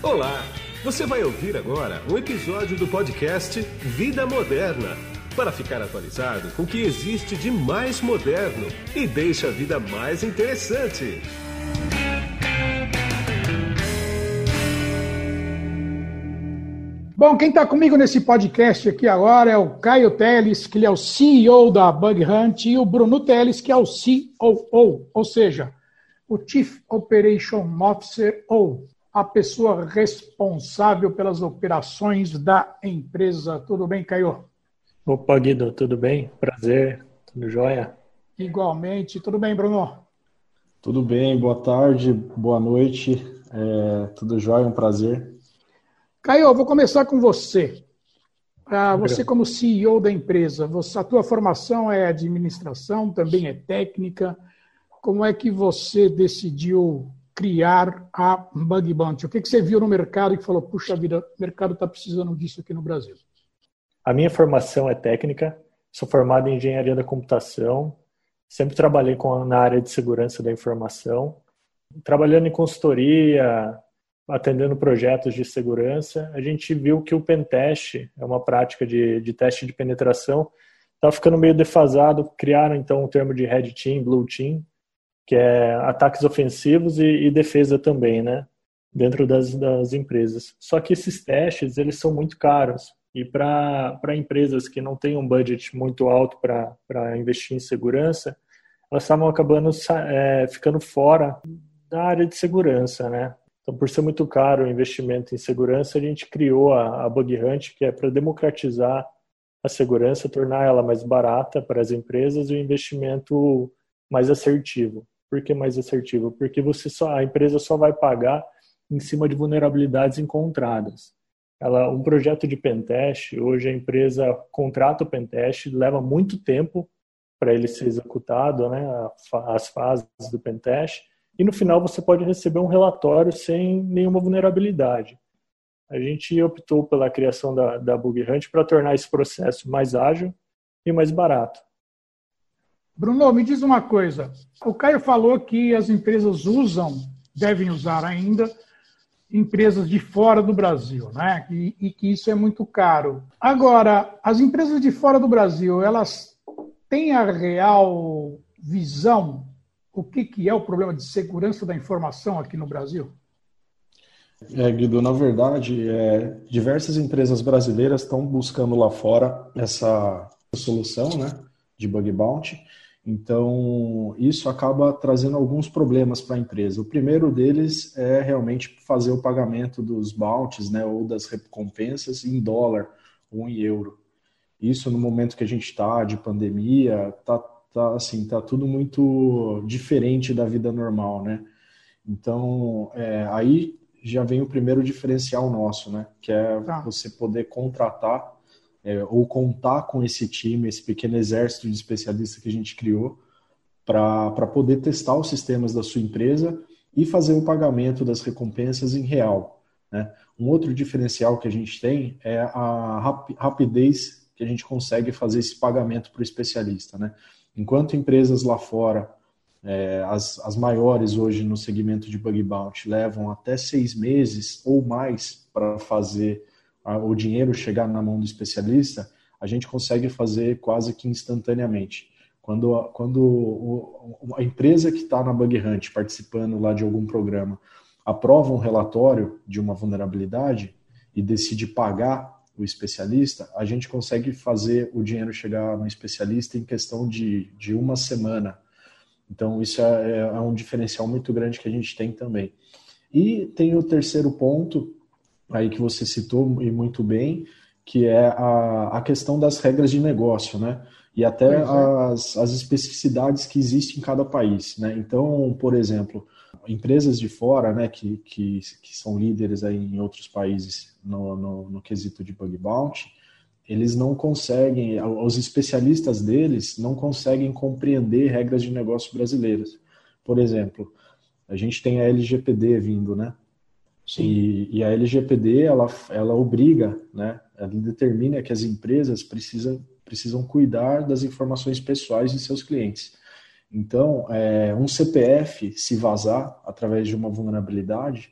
Olá! Você vai ouvir agora um episódio do podcast Vida Moderna, para ficar atualizado com o que existe de mais moderno e deixa a vida mais interessante. Bom, quem está comigo nesse podcast aqui agora é o Caio Teles, que ele é o CEO da Bug Hunt, e o Bruno Teles, que é o COO, ou seja, o Chief Operation Officer, ou a pessoa responsável pelas operações da empresa. Tudo bem, Caio? Opa, Guido, tudo bem? Prazer, tudo jóia? Igualmente. Tudo bem, Bruno? Tudo bem, boa tarde, boa noite, tudo jóia, um prazer. Caio, eu vou começar com você. Você como CEO da empresa, a tua formação é administração, também é técnica. Como é que você decidiu criar a Bug Bounty? O que você viu no mercado e que falou, puxa vida, o mercado está precisando disso aqui no Brasil? A minha formação é técnica, sou formado em engenharia da computação, sempre trabalhei na área de segurança da informação, trabalhando em consultoria, atendendo projetos de segurança. A gente viu que o pentest é uma prática de teste de penetração, estava ficando meio defasado, criaram então o termo de Red Team, Blue Team, que é ataques ofensivos e defesa também, né, dentro das empresas. Só que esses testes, eles são muito caros, e para empresas que não têm um budget muito alto para investir em segurança, elas estavam acabando ficando fora da área de segurança, né. Então, por ser muito caro o investimento em segurança, a gente criou a Bug Hunt, que é para democratizar a segurança, tornar ela mais barata para as empresas e o investimento mais assertivo. Por que mais assertivo? Porque a empresa só vai pagar em cima de vulnerabilidades encontradas. Um projeto de pentest, hoje a empresa contrata o pentest, leva muito tempo para ele ser executado, né, as fases do pentest, e no final você pode receber um relatório sem nenhuma vulnerabilidade. A gente optou pela criação da Bug Hunt para tornar esse processo mais ágil e mais barato. Bruno, me diz uma coisa. O Caio falou que as empresas devem usar ainda, empresas de fora do Brasil, né? E que isso é muito caro. Agora, as empresas de fora do Brasil, elas têm a real visão o que é o problema de segurança da informação aqui no Brasil? Guido, na verdade, diversas empresas brasileiras estão buscando lá fora essa solução, né, de Bug Bounty. Então, isso acaba trazendo alguns problemas para a empresa. O primeiro deles é realmente fazer o pagamento dos bounties, né, ou das recompensas em dólar ou em euro. Isso no momento que a gente está de pandemia, tá tudo muito diferente da vida normal, né? Então, aí já vem o primeiro diferencial nosso, né? Que é você poder contratar ou contar com esse time, esse pequeno exército de especialistas que a gente criou para poder testar os sistemas da sua empresa e fazer o pagamento das recompensas em real, né? Um outro diferencial que a gente tem é a rapidez que a gente consegue fazer esse pagamento para o especialista, né? Enquanto empresas lá fora, as maiores hoje no segmento de Bug Bounty, levam até 6 meses ou mais para fazer o dinheiro chegar na mão do especialista, a gente consegue fazer quase que instantaneamente. Quando a empresa que está na Bug Hunt, participando lá de algum programa, aprova um relatório de uma vulnerabilidade e decide pagar o especialista, a gente consegue fazer o dinheiro chegar no especialista em questão de uma semana. Então, isso é um diferencial muito grande que a gente tem também. E tem o terceiro ponto, aí que você citou e muito bem, que é a questão das regras de negócio, né? E até as especificidades que existem em cada país, né? Então, por exemplo, empresas de fora, né, que são líderes aí em outros países no quesito de Bug Bounty, eles não conseguem, os especialistas deles não conseguem compreender regras de negócio brasileiras. Por exemplo, a gente tem a LGPD vindo, né? E a LGPD, ela obriga, né? Ela determina que as empresas precisam cuidar das informações pessoais de seus clientes. Então, um CPF se vazar através de uma vulnerabilidade,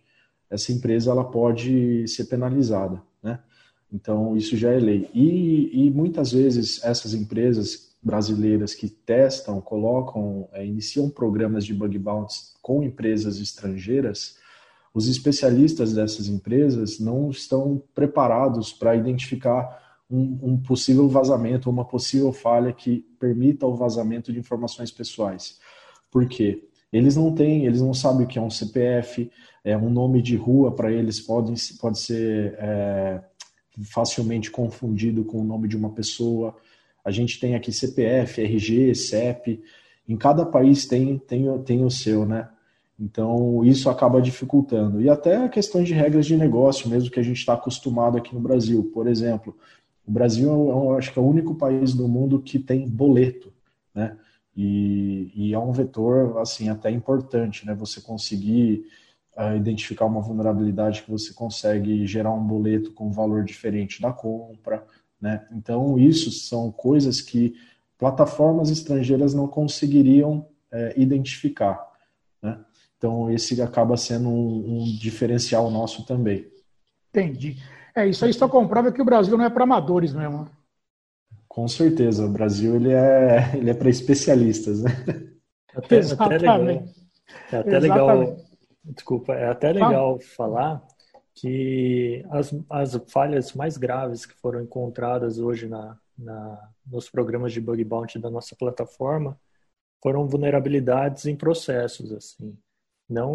essa empresa ela pode ser penalizada, né? Então, isso já é lei. E muitas vezes essas empresas brasileiras que testam, iniciam programas de bug bounties com empresas estrangeiras, os especialistas dessas empresas não estão preparados para identificar um possível vazamento, uma possível falha que permita o vazamento de informações pessoais. Por quê? Eles não sabem o que é um CPF, um nome de rua para eles pode ser facilmente confundido com o nome de uma pessoa. A gente tem aqui CPF, RG, CEP, em cada país tem o seu, né? Então, isso acaba dificultando. E até questões de regras de negócio, mesmo que a gente está acostumado aqui no Brasil. Por exemplo, o Brasil, eu acho que é o único país do mundo que tem boleto, né? E é um vetor, assim, até importante, né? Você conseguir identificar uma vulnerabilidade que você consegue gerar um boleto com um valor diferente da compra, né? Então, isso são coisas que plataformas estrangeiras não conseguiriam identificar, né? Então, esse acaba sendo um diferencial nosso também. Entendi. Isso aí só comprova que o Brasil não é para amadores mesmo. Com certeza, o Brasil ele é para especialistas, né? Exatamente. É até legal, desculpa, é até legal falar que as falhas mais graves que foram encontradas hoje nos programas de bug bounty da nossa plataforma foram vulnerabilidades em processos, assim, não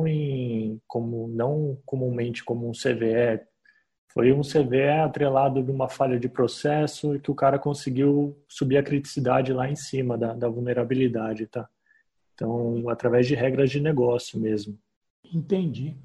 comumente como um CVE. Foi um CVE atrelado de uma falha de processo e que o cara conseguiu subir a criticidade lá em cima da vulnerabilidade, tá? Então, através de regras de negócio mesmo. Entendi.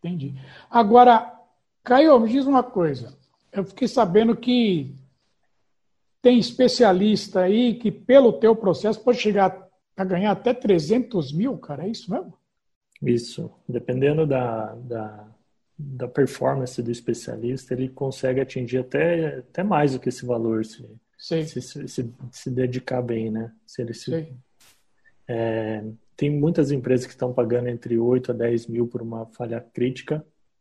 Agora, Caio, me diz uma coisa. Eu fiquei sabendo que tem especialista aí que, pelo teu processo, pode chegar a ganhar até 300 mil, cara. É isso mesmo? Isso. Dependendo da performance do especialista, ele consegue atingir até mais do que esse valor, se dedicar bem, né? Tem muitas empresas que estão pagando entre 8 a 10 mil por uma falha crítica.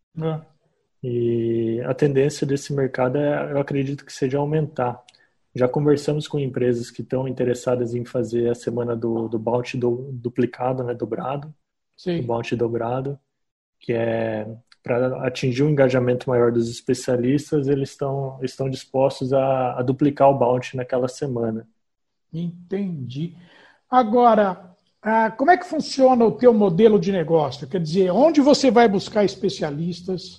E a tendência desse mercado eu acredito que seja aumentar. Já conversamos com empresas que estão interessadas em fazer a semana do bounty duplicado, né, dobrado, o bounty dobrado, que é para atingir um engajamento maior dos especialistas, eles estão dispostos a duplicar o bounty naquela semana. Entendi. Agora, como é que funciona o teu modelo de negócio? Quer dizer, onde você vai buscar especialistas?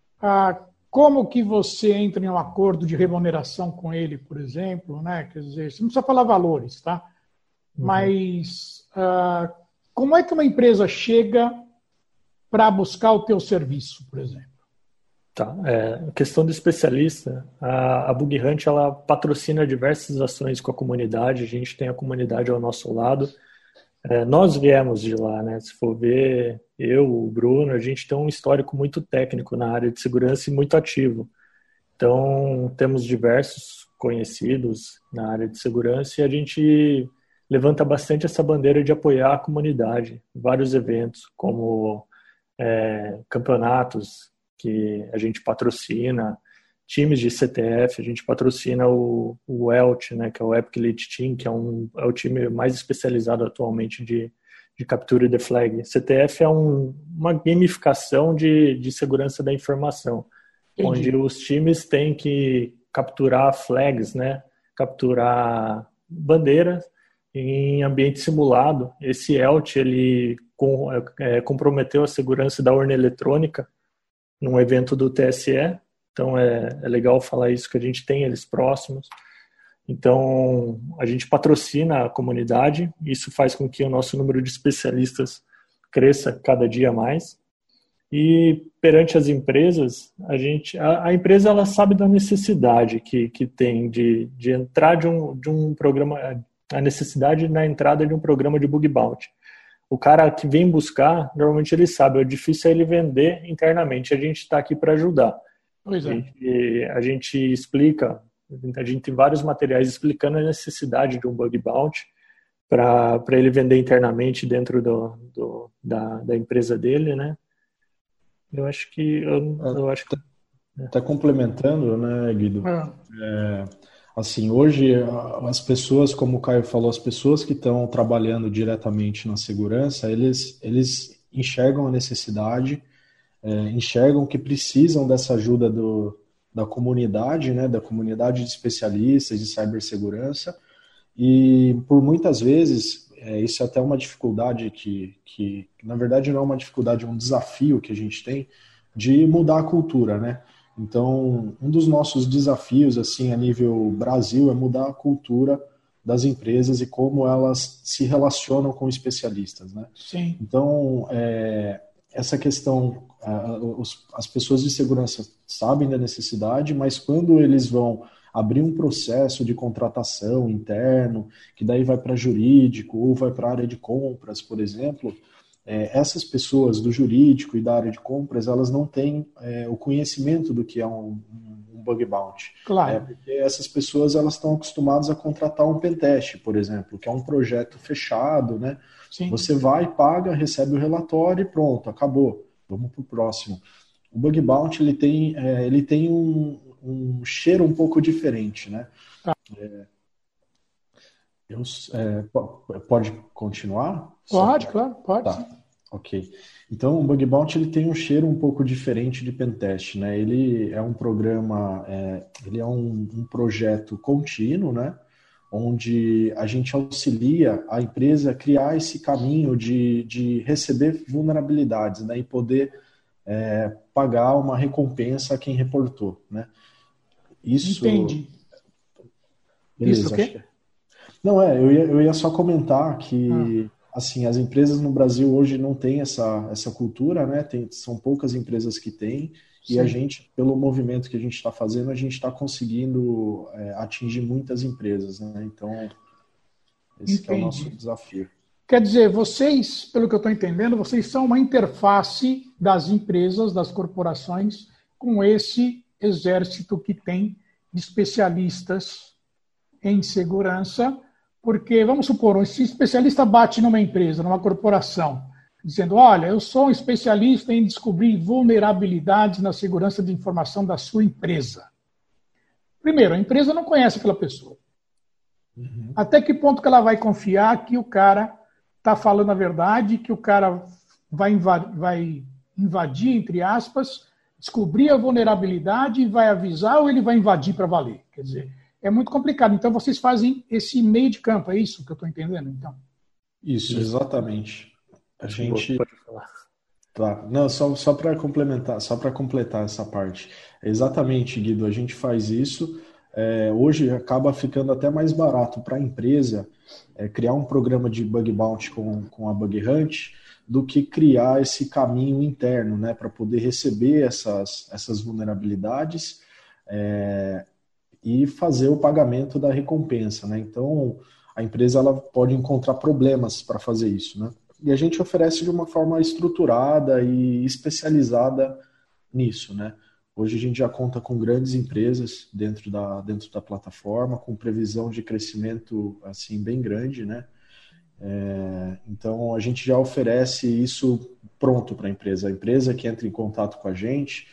Como que você entra em um acordo de remuneração com ele, por exemplo, né? Quer dizer, você não precisa falar valores, tá? Uhum. Mas como é que uma empresa chega para buscar o teu serviço, por exemplo? Tá. Questão do especialista, a Bug Hunt, ela patrocina diversas ações com a comunidade, a gente tem a comunidade ao nosso lado. Nós viemos de lá, né? Se for ver, o Bruno, a gente tem um histórico muito técnico na área de segurança e muito ativo. Então, temos diversos conhecidos na área de segurança e a gente levanta bastante essa bandeira de apoiar a comunidade. Vários eventos, como campeonatos que a gente patrocina, times de CTF, a gente patrocina o ELT, né, que é o Epic Elite Team, que é o time mais especializado atualmente de Capture the Flag. CTF é uma gamificação de segurança da informação, Entendi. Onde os times têm que capturar flags, né, capturar bandeiras em ambiente simulado. Esse ELT, ele comprometeu a segurança da urna eletrônica num evento do TSE. Então, é legal falar isso, que a gente tem eles próximos. Então, a gente patrocina a comunidade. Isso faz com que o nosso número de especialistas cresça cada dia mais. E, perante as empresas, a empresa ela sabe da necessidade que tem de entrar de um programa, a necessidade na entrada de um programa de bug bounty. O cara que vem buscar, normalmente ele sabe, o difícil é ele vender internamente. A gente está aqui para ajudar. Pois é. E a gente explica, a gente tem vários materiais explicando a necessidade de um bug bounty para ele vender internamente dentro da empresa dele, né? Eu acho que eu acho que Até complementando, né, Guido? Assim, hoje as pessoas, como o Caio falou, as pessoas que estão trabalhando diretamente na segurança, eles enxergam a necessidade, enxergam que precisam dessa ajuda da comunidade, né, da comunidade de especialistas de cibersegurança, e por muitas vezes, isso é até uma dificuldade que, na verdade, não é uma dificuldade, é um desafio que a gente tem de mudar a cultura, né? Então, um dos nossos desafios, assim, a nível Brasil, é mudar a cultura das empresas e como elas se relacionam com especialistas, né? Sim. Então, essa questão, as pessoas de segurança sabem da necessidade, mas quando eles vão abrir um processo de contratação interno, que daí vai para jurídico ou vai para a área de compras, por exemplo, essas pessoas do jurídico e da área de compras, elas não têm o conhecimento do que é um bug bounty. Claro. Porque essas pessoas elas estão acostumadas a contratar um pentest, por exemplo, que é um projeto fechado, né? Sim. Você vai, paga, recebe o relatório e pronto, acabou. Vamos para o próximo. O bug bounty ele tem um cheiro um pouco diferente, né? Tá. Pode continuar? Pode, claro, pode. Tá, ok. Então, o bug bounty ele tem um cheiro um pouco diferente de pentest, né? Ele é um programa, ele é um projeto contínuo, né? Onde a gente auxilia a empresa a criar esse caminho de receber vulnerabilidades, né? E poder pagar uma recompensa a quem reportou, né? Isso. Entendi. Beleza, Isso o quê? Não, eu ia só comentar que assim, as empresas no Brasil hoje não têm essa cultura, né? São poucas empresas que têm, Sim. E a gente, pelo movimento que a gente está fazendo, a gente está conseguindo atingir muitas empresas, né? Então, esse é o nosso desafio. Quer dizer, vocês, pelo que eu estou entendendo, vocês são uma interface das empresas, das corporações, com esse exército que tem de especialistas em segurança, porque, vamos supor, esse especialista bate numa empresa, numa corporação, dizendo, olha, eu sou um especialista em descobrir vulnerabilidades na segurança de informação da sua empresa. Primeiro, a empresa não conhece aquela pessoa. Uhum. Até que ponto que ela vai confiar que o cara está falando a verdade, que o cara vai invadir, entre aspas, descobrir a vulnerabilidade e vai avisar, ou ele vai invadir para valer? Quer dizer, é muito complicado. Então, vocês fazem esse meio de campo, é isso que eu estou entendendo, então? Isso, exatamente. A gente... Pode falar. Tá. Não, só para completar essa parte. Exatamente, Guido, a gente faz isso. Hoje acaba ficando até mais barato para a empresa criar um programa de bug bounty com a Bug Hunt do que criar esse caminho interno, né, para poder receber essas vulnerabilidades e fazer o pagamento da recompensa, né? Então, a empresa ela pode encontrar problemas para fazer isso, né? E a gente oferece de uma forma estruturada e especializada nisso, né? Hoje a gente já conta com grandes empresas dentro da plataforma, com previsão de crescimento assim bem grande, né? Então a gente já oferece isso pronto para a empresa. A empresa que entra em contato com a gente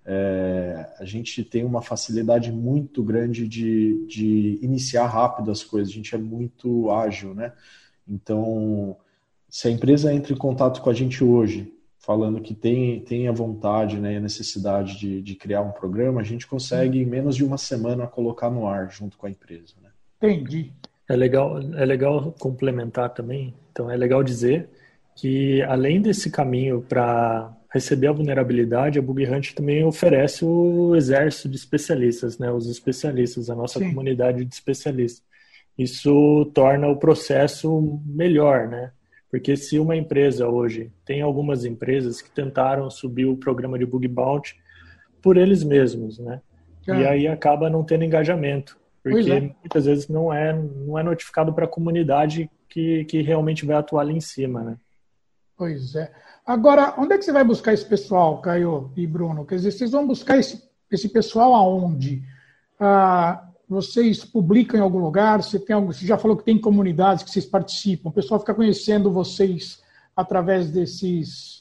tem uma facilidade muito grande de iniciar rápido as coisas. A gente é muito ágil, né? Então, se a empresa entra em contato com a gente hoje, falando que tem a vontade, né, e a necessidade de criar um programa, a gente consegue, em menos de uma semana, colocar no ar junto com a empresa, né? Entendi. É legal complementar também. Então, é legal dizer que, além desse caminho para receber a vulnerabilidade, a Bug Hunt também oferece o exército de especialistas, né, os especialistas, a nossa Sim. comunidade de especialistas. Isso torna o processo melhor, né? Porque se uma empresa hoje, tem algumas empresas que tentaram subir o programa de bug bounty por eles mesmos, né? E aí acaba não tendo engajamento, porque muitas vezes não é notificado para a comunidade que realmente vai atuar ali em cima, né? Pois é. Agora, onde é que você vai buscar esse pessoal, Caio e Bruno? Quer dizer, vocês vão buscar esse pessoal aonde? Vocês publicam em algum lugar? Você já falou que tem comunidades que vocês participam. O pessoal fica conhecendo vocês através desses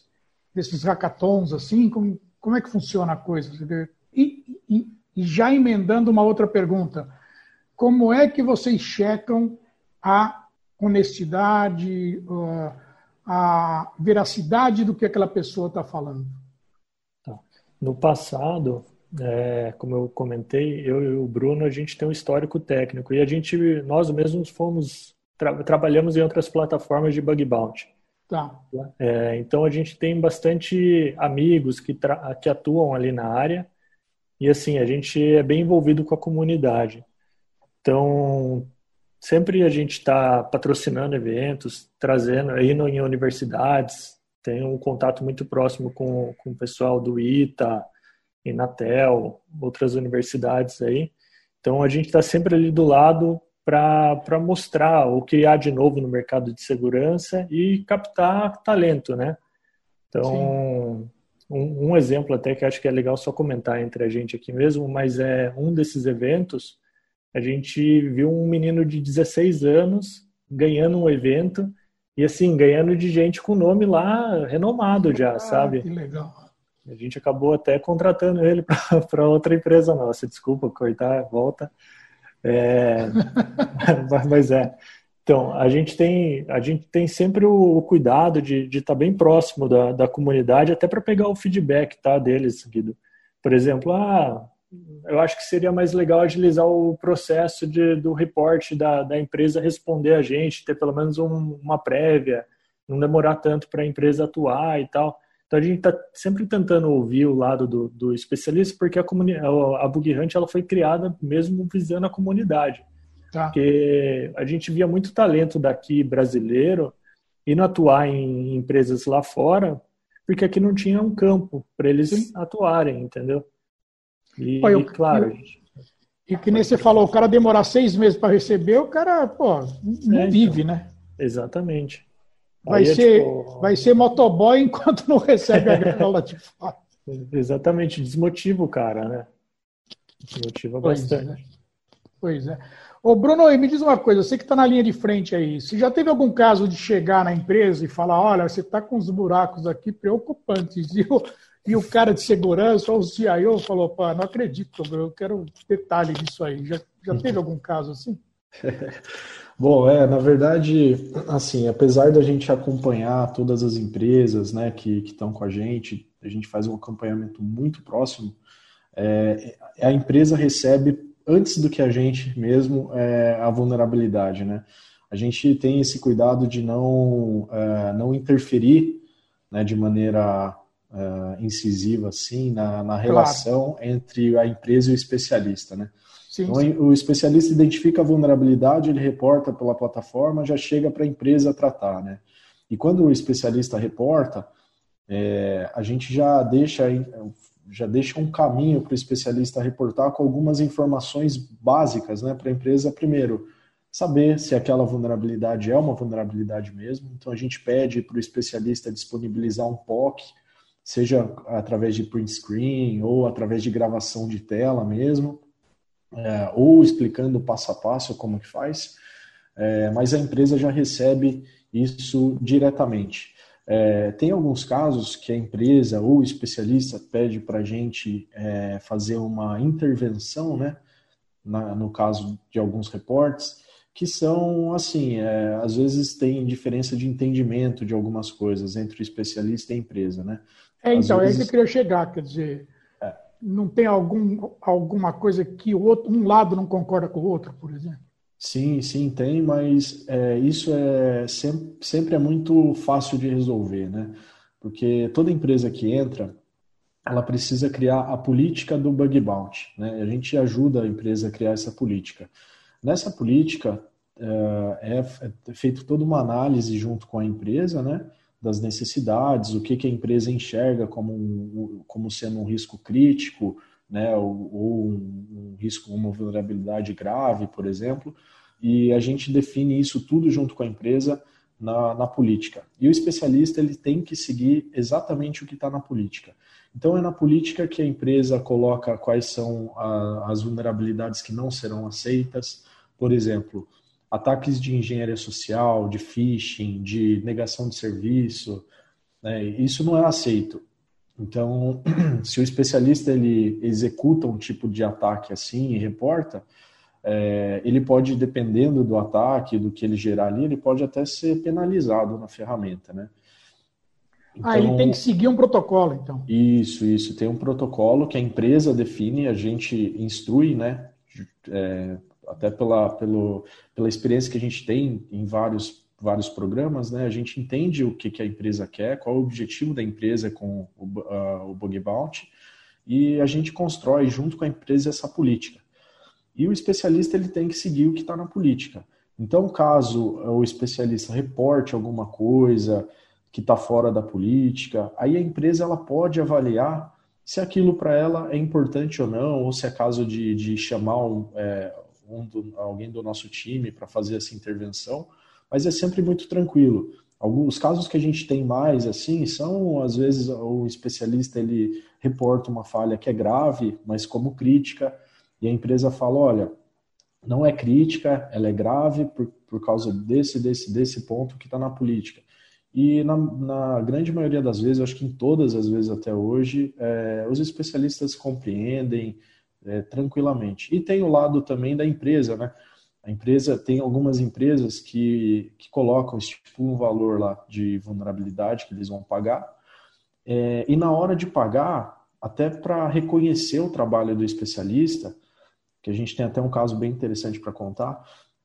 desses hackathons, assim? Como é que funciona a coisa? E já emendando uma outra pergunta, como é que vocês checam a honestidade, a veracidade do que aquela pessoa está falando? No passado, como eu comentei, eu e o Bruno, a gente tem um histórico técnico e nós mesmos trabalhamos em outras plataformas de bug bounty. Tá. Então a gente tem bastante amigos que atuam ali na área e assim, a gente é bem envolvido com a comunidade. Então, sempre a gente está patrocinando eventos, indo em universidades, tem um contato muito próximo com o pessoal do ITA, Inatel, outras universidades aí. Então, a gente está sempre ali do lado para mostrar o que há de novo no mercado de segurança e captar talento, né? Então, um exemplo até que acho que é legal só comentar entre a gente aqui mesmo, mas um desses eventos, a gente viu um menino de 16 anos ganhando um evento e assim, ganhando de gente com nome lá renomado já, sabe? Que legal. A gente acabou até contratando ele para outra empresa nossa. Desculpa, cortar, volta. Mas Então, a gente tem sempre o cuidado de estar bem próximo da comunidade, até para pegar o feedback, tá, deles, Guido. Por exemplo, eu acho que seria mais legal agilizar o processo do reporte da empresa responder a gente, ter pelo menos uma prévia, não demorar tanto para a empresa atuar e tal. Então a gente está sempre tentando ouvir o lado do especialista, porque a Bug Hunt ela foi criada mesmo visando a comunidade. Tá. Porque a gente via muito talento daqui brasileiro indo atuar em empresas lá fora, porque aqui não tinha um campo para eles atuarem, entendeu? E claro... E que nem você falou, o cara demorar 6 meses para receber, o cara, não vive, então, né? Exatamente. Vai ser motoboy enquanto não recebe a grana lá de fora. Exatamente, desmotiva o cara, né? Desmotiva bastante. Pois é. Ô Bruno, me diz uma coisa, você que está na linha de frente aí, você já teve algum caso de chegar na empresa e falar, olha, você está com uns buracos aqui preocupantes, e o cara de segurança ou o CIO falou, pá, não acredito, eu quero detalhe disso aí. Já teve algum caso assim? Bom, na verdade, assim, apesar da gente acompanhar todas as empresas, né, que estão com a gente faz um acompanhamento muito próximo, a empresa recebe, antes do que a gente mesmo, a vulnerabilidade, né? A gente tem esse cuidado de não interferir, né, de maneira incisiva, assim, na relação entre a empresa e o especialista, né? Sim, então, sim. O especialista identifica a vulnerabilidade, ele reporta pela plataforma, já chega para a empresa tratar, né? E quando o especialista reporta, a gente já deixa um caminho para o especialista reportar com algumas informações básicas, né, para a empresa, primeiro, saber se aquela vulnerabilidade é uma vulnerabilidade mesmo. Então, a gente pede para o especialista disponibilizar um POC, seja através de print screen ou através de gravação de tela mesmo, ou explicando passo a passo como que faz, mas a empresa já recebe isso diretamente. Tem alguns casos que a empresa ou o especialista pede para a gente fazer uma intervenção, né, no caso de alguns reportes, que são, assim, às vezes tem diferença de entendimento de algumas coisas entre o especialista e a empresa, né? Então, é aí que eu queria chegar, quer dizer, não tem alguma coisa que um lado não concorda com o outro, por exemplo? Sim, tem, mas isso sempre é muito fácil de resolver, né? Porque toda empresa que entra, ela precisa criar a política do bug bounty, né? A gente ajuda a empresa a criar essa política. Nessa política, é feita toda uma análise junto com a empresa, né? Das necessidades, o que a empresa enxerga como sendo um risco crítico, né, ou um risco, uma vulnerabilidade grave, por exemplo, e a gente define isso tudo junto com a empresa na política. E o especialista ele tem que seguir exatamente o que está na política. Então é na política que a empresa coloca quais são as vulnerabilidades que não serão aceitas, por exemplo, ataques de engenharia social, de phishing, de negação de serviço, né? Isso não é aceito. Então, se o especialista ele executa um tipo de ataque assim e reporta, ele pode, dependendo do ataque, do que ele gerar ali, ele pode até ser penalizado na ferramenta, né? Então, ele tem que seguir um protocolo, então. Isso. Tem um protocolo que a empresa define, a gente instrui, né? Até pela experiência que a gente tem em vários programas, né? A gente entende o que a empresa quer, qual é o objetivo da empresa com o Bug Bounty, e a gente constrói junto com a empresa essa política. E o especialista ele tem que seguir o que está na política. Então, caso o especialista reporte alguma coisa que está fora da política, aí a empresa ela pode avaliar se aquilo para ela é importante ou não, ou se é caso de chamar alguém do nosso time para fazer essa intervenção, mas é sempre muito tranquilo. Alguns casos que a gente tem mais assim são, às vezes, o especialista ele reporta uma falha que é grave, mas como crítica, e a empresa fala, olha, não é crítica, ela é grave por causa desse ponto que está na política. E na grande maioria das vezes, eu acho que em todas as vezes até hoje, os especialistas compreendem tranquilamente. E tem o lado também da empresa, né? A empresa, tem algumas empresas que colocam, estipulam um valor lá de vulnerabilidade que eles vão pagar, e na hora de pagar, até para reconhecer o trabalho do especialista, que a gente tem até um caso bem interessante para contar,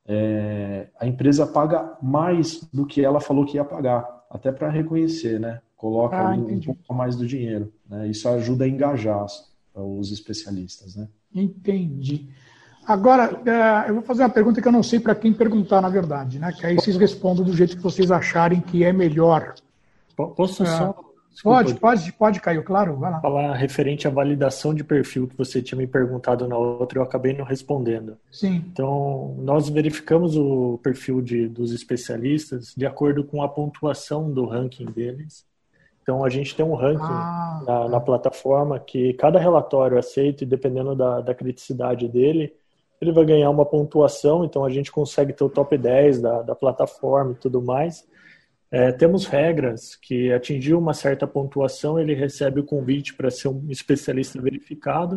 a empresa paga mais do que ela falou que ia pagar, até para reconhecer, né? Coloca um pouco mais do dinheiro, né? Isso ajuda a engajar os especialistas, né? Entendi. Agora, eu vou fazer uma pergunta que eu não sei para quem perguntar, na verdade, né? Que aí vocês respondam do jeito que vocês acharem que é melhor. Posso só... Pode, Caio, claro, vai lá. Falar referente à validação de perfil que você tinha me perguntado na outra, eu acabei não respondendo. Sim. Então, nós verificamos o perfil dos especialistas de acordo com a pontuação do ranking deles. Então, a gente tem um ranking na plataforma que cada relatório aceito, e dependendo da criticidade dele, ele vai ganhar uma pontuação. Então, a gente consegue ter o top 10 da plataforma e tudo mais. Temos regras que atingiu uma certa pontuação, ele recebe o convite para ser um especialista verificado.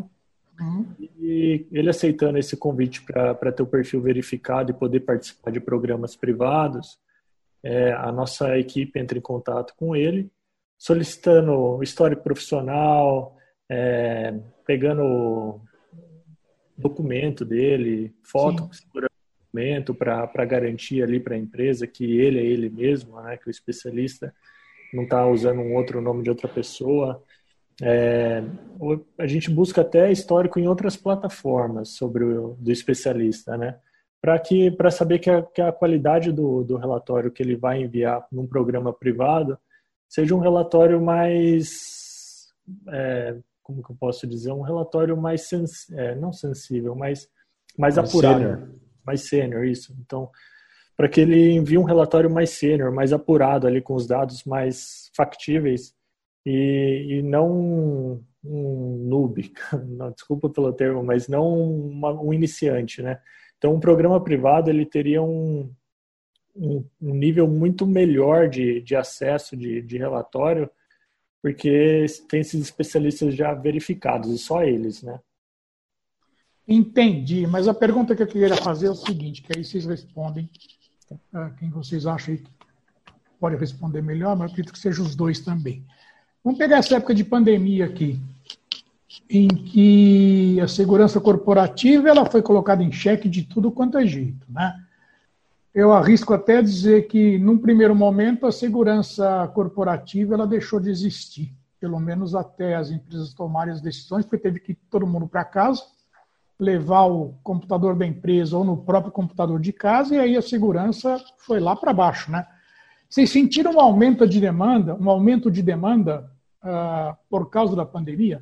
E ele aceitando esse convite para ter o perfil verificado e poder participar de programas privados, a nossa equipe entra em contato com ele, solicitando histórico profissional, pegando o documento dele, foto, para garantir ali para a empresa que ele é ele mesmo, né, que o especialista não está usando um outro nome de outra pessoa. A gente busca até histórico em outras plataformas do especialista, né, para saber que a qualidade do relatório que ele vai enviar num programa privado seja um relatório mais, como que eu posso dizer, um relatório mais não sensível, mas mais apurado. Sênior. Mais sênior, isso. Então, para que ele envie um relatório mais sênior, mais apurado ali com os dados mais factíveis e não um noob, não, desculpa pelo termo, mas não um iniciante, né? Então, um programa privado, ele teria um nível muito melhor de acesso de relatório, porque tem esses especialistas já verificados, e só eles, né? Entendi, mas a pergunta que eu queria fazer é o seguinte, que aí vocês respondem, quem vocês acham que pode responder melhor, mas eu acredito que seja os dois também. Vamos pegar essa época de pandemia aqui, em que a segurança corporativa ela foi colocada em xeque de tudo quanto é jeito, né? Eu arrisco até dizer que, num primeiro momento, a segurança corporativa ela deixou de existir, pelo menos até as empresas tomarem as decisões, porque teve que ir todo mundo para casa, levar o computador da empresa ou no próprio computador de casa, e aí a segurança foi lá para baixo, né? Vocês sentiram um aumento de demanda por causa da pandemia?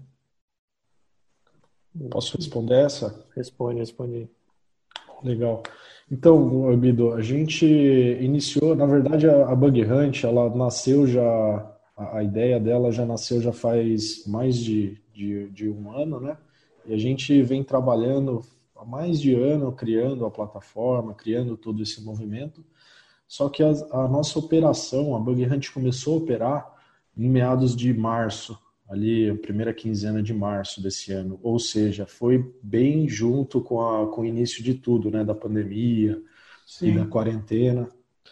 Posso responder essa? Responde. Legal. Então, Guido, a gente iniciou, na verdade, a Bug Hunt, ela nasceu já, a ideia dela já nasceu já faz mais de um ano, né? E a gente vem trabalhando há mais de ano, criando a plataforma, criando todo esse movimento. Só que a nossa operação, a Bug Hunt começou a operar em meados de março, ali a primeira quinzena de março desse ano, ou seja, foi bem junto com o início de tudo, né, da pandemia e da quarentena.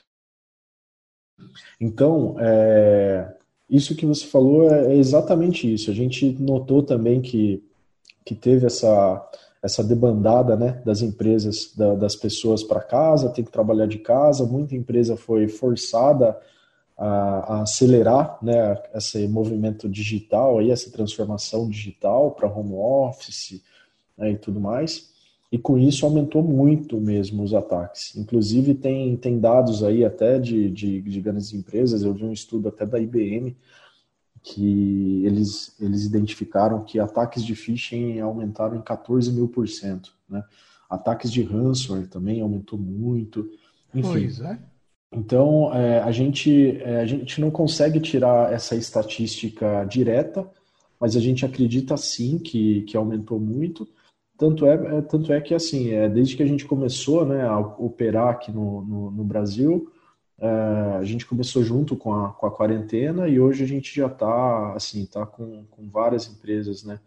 Então, isso que você falou é exatamente isso. A gente notou também que teve essa debandada, né, das empresas, das pessoas para casa, tem que trabalhar de casa. Muita empresa foi forçada a acelerar, né, esse movimento digital, aí, essa transformação digital para home office, né, e tudo mais. E com isso aumentou muito mesmo os ataques. Inclusive tem dados aí até de grandes empresas. Eu vi um estudo até da IBM que eles identificaram que ataques de phishing aumentaram em 14.000%, né? Ataques de ransomware também aumentou muito. Enfim. Pois é. Então, a gente não consegue tirar essa estatística direta, mas a gente acredita sim que aumentou muito. Tanto é que, assim, desde que a gente começou, né, a operar aqui no Brasil, a gente começou junto com a quarentena e hoje a gente já está assim, com várias empresas, né,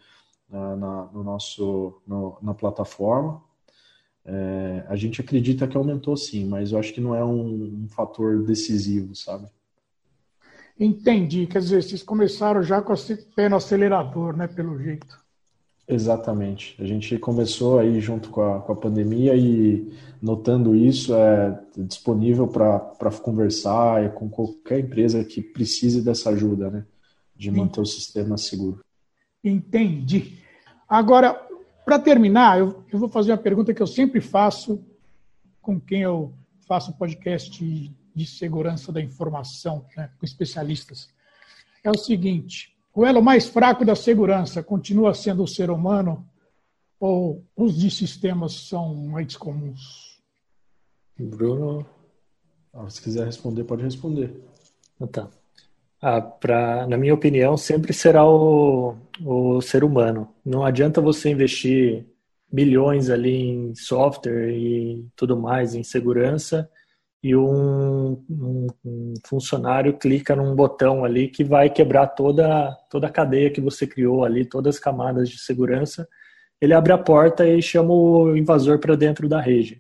na plataforma. A gente acredita que aumentou sim, mas eu acho que não é um fator decisivo, sabe? Entendi. Quer dizer, vocês começaram já com o pé no acelerador, né, pelo jeito. Exatamente. A gente começou aí junto com a pandemia e notando isso, disponível para conversar com qualquer empresa que precise dessa ajuda, né, de manter o sistema seguro. Entendi. Agora, para terminar, eu vou fazer uma pergunta que eu sempre faço com quem eu faço podcast de segurança da informação, né, com especialistas. É o seguinte: o elo mais fraco da segurança continua sendo o ser humano ou os de sistemas são mais comuns? Bruno? Se quiser responder, pode responder. Tá. Na minha opinião, sempre será o ser humano. Não adianta você investir milhões ali em software e tudo mais, em segurança, e um funcionário clica num botão ali que vai quebrar toda a cadeia que você criou ali, todas as camadas de segurança. Ele abre a porta e chama o invasor para dentro da rede.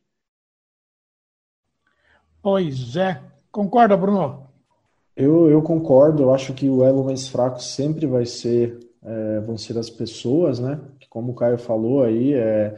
Pois é. Concorda, Bruno? Eu concordo. Eu acho que o elo mais fraco sempre vão ser as pessoas, né? Que, como o Caio falou aí,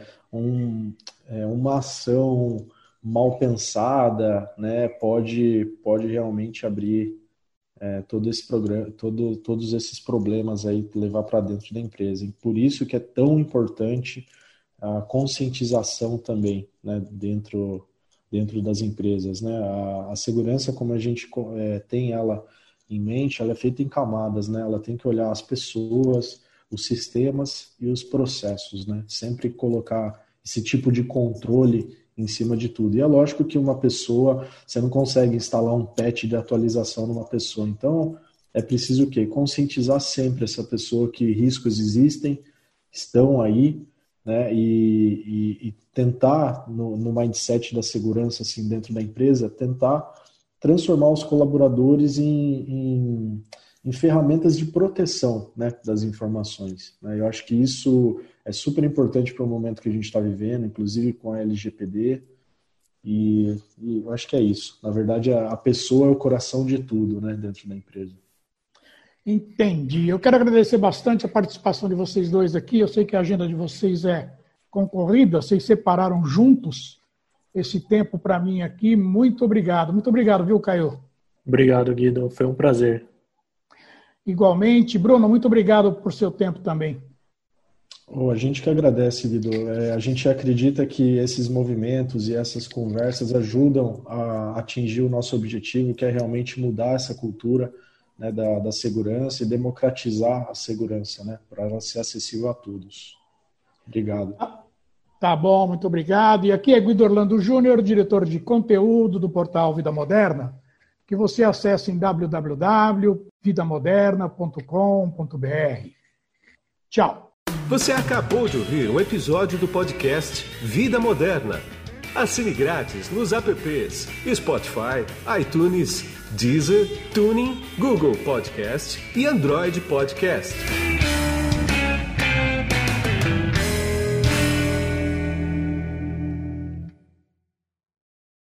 uma ação mal pensada, né, pode realmente abrir todo esse programa, todos esses problemas aí, levar para dentro da empresa. E por isso que é tão importante a conscientização também, né, dentro das empresas, né? A segurança, como a gente tem ela em mente, ela é feita em camadas, né? Ela tem que olhar as pessoas, os sistemas e os processos, né? Sempre colocar esse tipo de controle em cima de tudo. E é lógico que uma pessoa, você não consegue instalar um patch de atualização numa pessoa. Então, é preciso o quê? Conscientizar sempre essa pessoa que riscos existem, estão aí, né? E tentar, no mindset da segurança assim, dentro da empresa, tentar transformar os colaboradores em ferramentas de proteção, né, das informações, né? Eu acho que isso é super importante para o momento que a gente está vivendo, inclusive com a LGPD, e eu acho que é isso. Na verdade, a pessoa é o coração de tudo, né, dentro da empresa. Entendi. Eu quero agradecer bastante a participação de vocês dois aqui. Eu sei que a agenda de vocês é concorrida, vocês separaram juntos esse tempo para mim aqui. Muito obrigado. Muito obrigado, viu, Caio? Obrigado, Guido. Foi um prazer. Igualmente. Bruno, muito obrigado por seu tempo também. A gente que agradece, Guido. A gente acredita que esses movimentos e essas conversas ajudam a atingir o nosso objetivo, que é realmente mudar essa cultura, né, da segurança e democratizar a segurança, né, para ela ser acessível a todos. Obrigado. Tá bom, muito obrigado. E aqui é Guido Orlando Júnior, diretor de conteúdo do portal Vida Moderna, que você acessa em www.vidamoderna.com.br. Tchau. Você acabou de ouvir um episódio do podcast Vida Moderna. Assine grátis nos apps Spotify, iTunes, Deezer, Tuning, Google Podcast e Android Podcast.